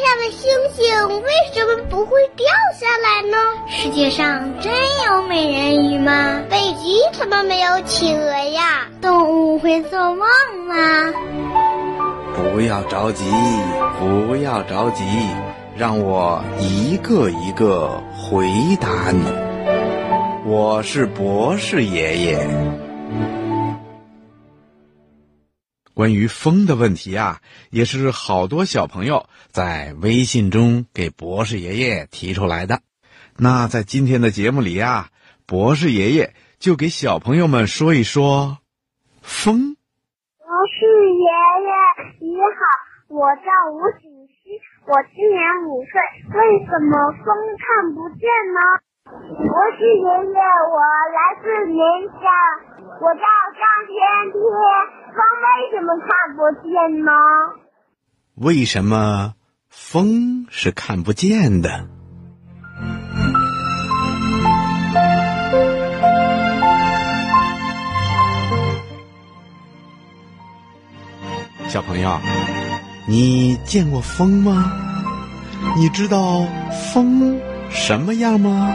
上的星星为什么不会掉下来呢？世界上真有美人鱼吗？北极怎么没有企鹅呀？动物会做梦吗？ 不要着急，不要着急，让我一个一个回答你。我是博士爷爷。关于风的问题啊，也是好多小朋友在微信中给博士爷爷提出来的。那在今天的节目里啊，博士爷爷就给小朋友们说一说风。 博士爷爷你好，我叫吴景熙，我今年5岁，为什么风看不见呢？博士爷爷，我来自宁夏，我叫张天天，风为什么看不见呢？ 为什么风是看不见的？小朋友，你见过风吗？你知道风什么样吗？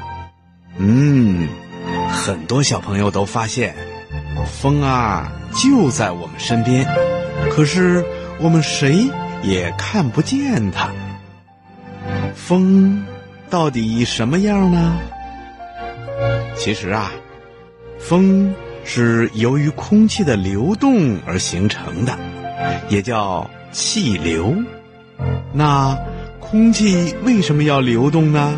很多小朋友都发现风啊就在我们身边，可是我们谁也看不见它。风到底什么样呢？其实啊，风是由于空气的流动而形成的，也叫气流。那空气为什么要流动呢？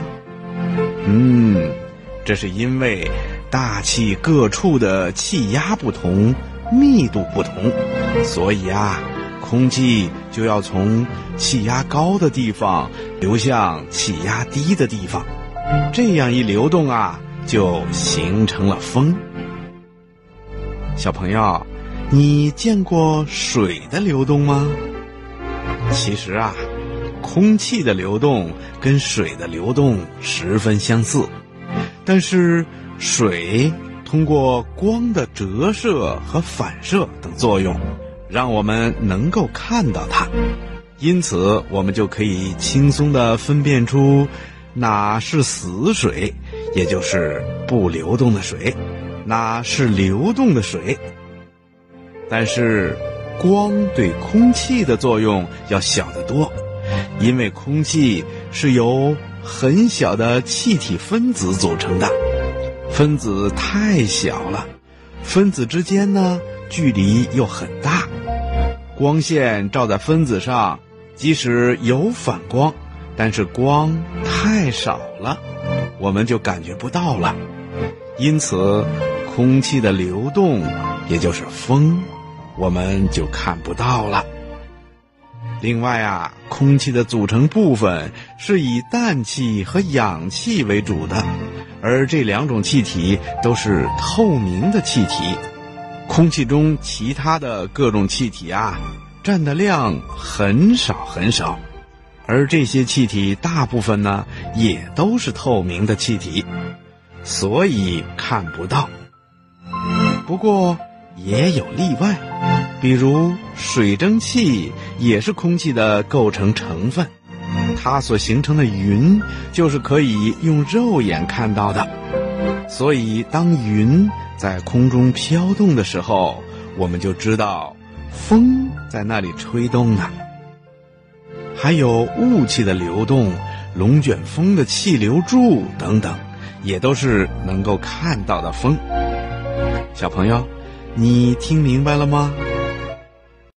这是因为大气各处的气压不同，密度不同，所以啊，空气就要从气压高的地方流向气压低的地方，这样一流动啊，就形成了风。小朋友，你见过水的流动吗？其实啊，空气的流动跟水的流动十分相似，但是水通过光的折射和反射等作用，让我们能够看到它，因此我们就可以轻松地分辨出哪是死水，也就是不流动的水，哪是流动的水。但是光对空气的作用要小得多，因为空气是由很小的气体分子组成的，分子太小了，分子之间呢距离又很大，光线照在分子上，即使有反光，但是光太少了，我们就感觉不到了。因此空气的流动，也就是风，我们就看不到了。另外啊，空气的组成部分是以氮气和氧气为主的，而这两种气体都是透明的气体。空气中其他的各种气体啊，占的量很少很少，而这些气体大部分呢，也都是透明的气体，所以看不到。不过也有例外，比如水蒸气也是空气的构成成分，它所形成的云就是可以用肉眼看到的，所以当云在空中飘动的时候，我们就知道风在那里吹动呢。还有雾气的流动、龙卷风的气流柱等等，也都是能够看到的风。小朋友，你听明白了吗？